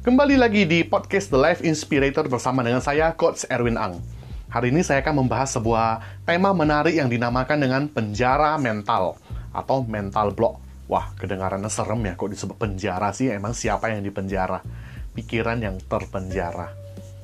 Kembali lagi di podcast The Life Inspirator bersama dengan saya, Coach Erwin Ang. Hari ini saya akan membahas sebuah tema menarik yang dinamakan dengan penjara mental atau mental block. Wah, kedengarannya serem ya, kok disebut penjara sih? Emang siapa yang dipenjara? Pikiran yang terpenjara.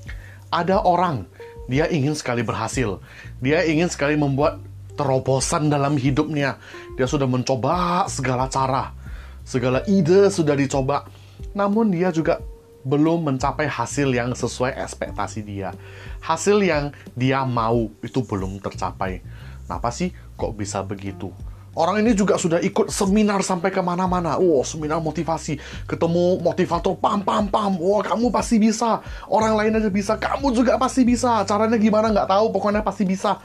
Ada orang, dia ingin sekali berhasil. Dia ingin sekali membuat terobosan dalam hidupnya. Dia sudah mencoba segala cara. Segala ide sudah dicoba. Namun dia juga belum mencapai hasil yang sesuai ekspektasi dia. Hasil yang dia mau itu belum tercapai. Kenapa sih kok bisa begitu? Orang ini juga sudah ikut seminar sampai kemana-mana. Seminar motivasi. Ketemu motivator, pam. Kamu pasti bisa. Orang lain aja bisa, kamu juga pasti bisa. Caranya gimana nggak tahu, pokoknya pasti bisa.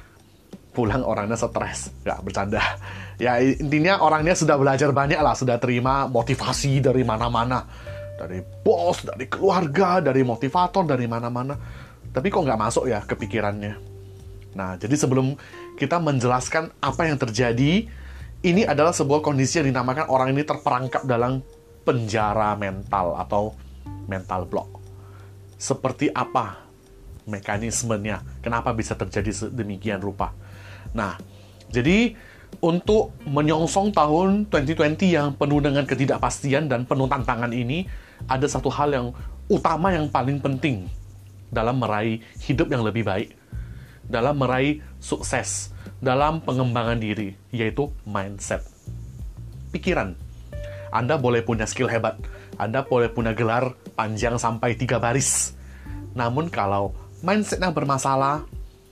Pulang orangnya stres. Nggak, bercanda. Ya intinya orangnya sudah belajar banyak lah. Sudah terima motivasi dari mana-mana. Dari bos, dari keluarga, dari motivator, dari mana-mana. Tapi kok nggak masuk ya ke pikirannya. Nah, jadi sebelum kita menjelaskan apa yang terjadi, ini adalah sebuah kondisi yang dinamakan orang ini terperangkap dalam penjara mental atau mental block. Seperti apa mekanismenya? Kenapa bisa terjadi demikian rupa? Nah, jadi untuk menyongsong tahun 2020 yang penuh dengan ketidakpastian dan penuh tantangan ini, ada satu hal yang utama yang paling penting dalam meraih hidup yang lebih baik, dalam meraih sukses, dalam pengembangan diri, yaitu mindset. Pikiran. Anda boleh punya skill hebat, Anda boleh punya gelar panjang sampai 3 baris. Namun kalau mindsetnya bermasalah,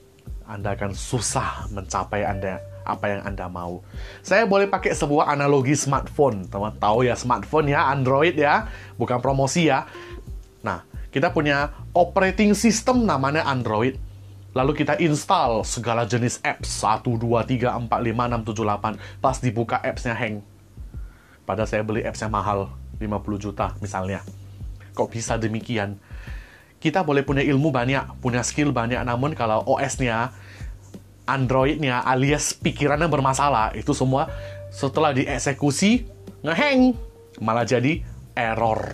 Anda akan susah mencapai apa yang Anda mau. Saya boleh pakai sebuah analogi smartphone. Teman tahu ya smartphone ya, Android ya, bukan promosi ya. Nah, kita punya operating system namanya Android. Lalu kita install segala jenis apps 1, 2, 3, 4, 5, 6, 7, 8. Pas dibuka appsnya hang. Padahal saya beli appsnya mahal, 50 juta misalnya. Kok bisa demikian? Kita boleh punya ilmu banyak, punya skill banyak, namun kalau OS-nya, Android-nya alias pikirannya bermasalah, itu semua setelah dieksekusi, ngehang, malah jadi error.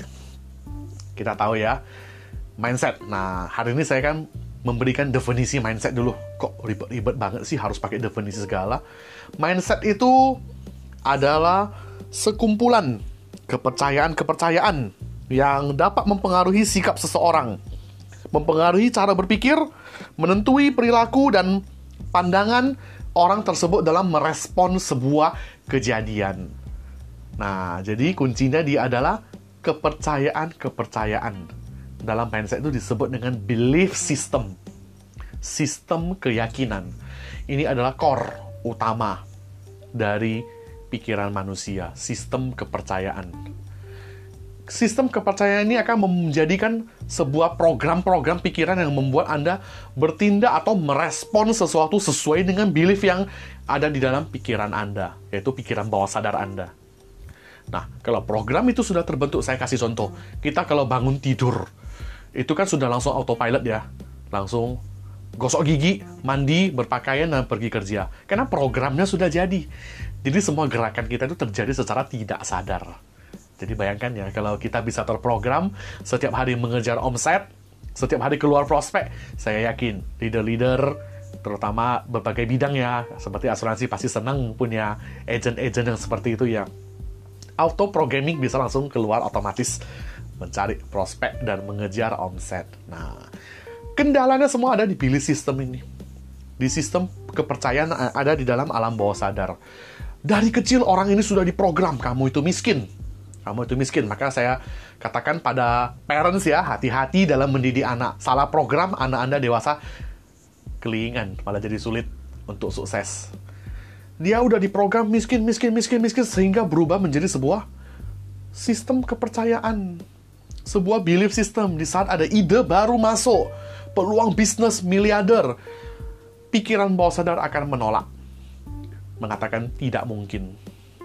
Kita tahu ya, mindset. Nah, hari ini saya kan memberikan definisi mindset dulu. Kok ribet-ribet banget sih harus pakai definisi segala? Mindset itu adalah sekumpulan kepercayaan-kepercayaan yang dapat mempengaruhi sikap seseorang, mempengaruhi cara berpikir, menentui perilaku dan pandangan orang tersebut dalam merespon sebuah kejadian. Nah, jadi kuncinya dia adalah kepercayaan-kepercayaan. Dalam mindset itu disebut dengan belief system. Sistem keyakinan. Ini adalah core utama dari pikiran manusia, sistem kepercayaan. Sistem kepercayaan ini akan menjadikan sebuah program-program pikiran yang membuat Anda bertindak atau merespon sesuatu sesuai dengan belief yang ada di dalam pikiran Anda, yaitu pikiran bawah sadar Anda. Nah, kalau program itu sudah terbentuk, saya kasih contoh. Kita kalau bangun tidur, itu kan sudah langsung autopilot ya. Langsung gosok gigi, mandi, berpakaian, dan pergi kerja. Karena programnya sudah jadi. Jadi semua gerakan kita itu terjadi secara tidak sadar. Jadi bayangkan ya, kalau kita bisa terprogram, setiap hari mengejar omset, setiap hari keluar prospek, saya yakin leader-leader, terutama berbagai bidang ya, seperti asuransi pasti senang punya agent-agent yang seperti itu ya. Auto programming bisa langsung keluar otomatis mencari prospek dan mengejar omset. Nah, kendalanya semua ada di belief system ini. Di sistem kepercayaan ada di dalam alam bawah sadar. Dari kecil orang ini sudah diprogram, kamu itu miskin. Kamu itu miskin, maka saya katakan pada parents ya, hati-hati dalam mendidik anak. Salah program, anak Anda dewasa kelingan, malah jadi sulit untuk sukses. Dia udah diprogram miskin, sehingga berubah menjadi sebuah sistem kepercayaan. Sebuah belief system. Di saat ada ide baru masuk, peluang bisnis miliarder, pikiran bawah sadar akan menolak. Mengatakan tidak mungkin.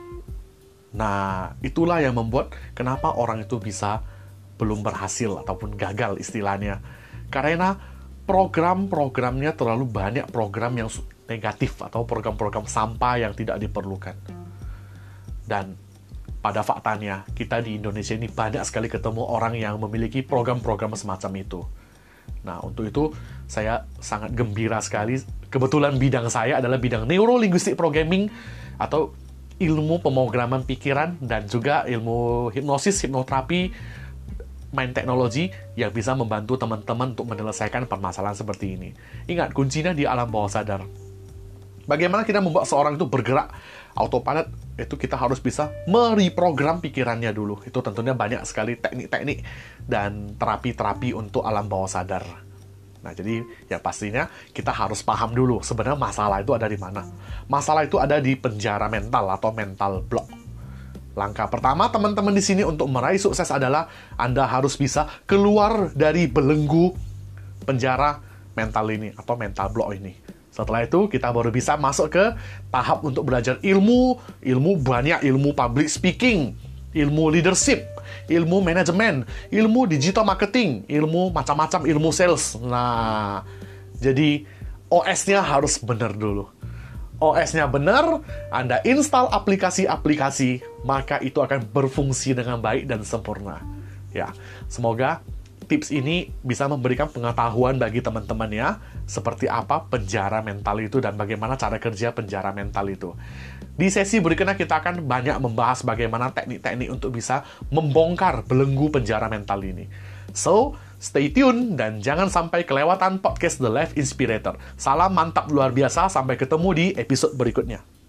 Nah, itulah yang membuat kenapa orang itu bisa belum berhasil ataupun gagal istilahnya. Karena program-programnya terlalu banyak program yang negatif atau program-program sampah yang tidak diperlukan. Dan pada faktanya, kita di Indonesia ini banyak sekali ketemu orang yang memiliki program-program semacam itu. Nah, untuk itu saya sangat gembira sekali. Kebetulan bidang saya adalah bidang Neuro-Linguistic Programming atau ilmu pemrograman pikiran dan juga ilmu hipnosis, hipnoterapi, mind technology yang bisa membantu teman-teman untuk menyelesaikan permasalahan seperti ini. Ingat, kuncinya di alam bawah sadar. Bagaimana kita membuat seorang itu bergerak autopilot, itu kita harus bisa mereprogram pikirannya dulu. Itu tentunya banyak sekali teknik-teknik dan terapi-terapi untuk alam bawah sadar. Nah, jadi ya pastinya kita harus paham dulu sebenarnya masalah itu ada di mana. Masalah itu ada di penjara mental atau mental block. Langkah pertama teman-teman di sini untuk meraih sukses adalah Anda harus bisa keluar dari belenggu penjara mental ini atau mental block ini. Setelah itu kita baru bisa masuk ke tahap untuk belajar ilmu banyak, ilmu public speaking, ilmu leadership, ilmu manajemen, ilmu digital marketing, ilmu macam-macam, ilmu sales. Nah, jadi OS-nya harus benar dulu. OS-nya benar, Anda install aplikasi-aplikasi, maka itu akan berfungsi dengan baik dan sempurna. Ya, semoga tips ini bisa memberikan pengetahuan bagi teman-teman ya, seperti apa penjara mental itu dan bagaimana cara kerja penjara mental itu. Di sesi berikutnya kita akan banyak membahas bagaimana teknik-teknik untuk bisa membongkar belenggu penjara mental ini. So, stay tune dan jangan sampai kelewatan podcast The Life Inspirator. Salam mantap luar biasa, sampai ketemu di episode berikutnya.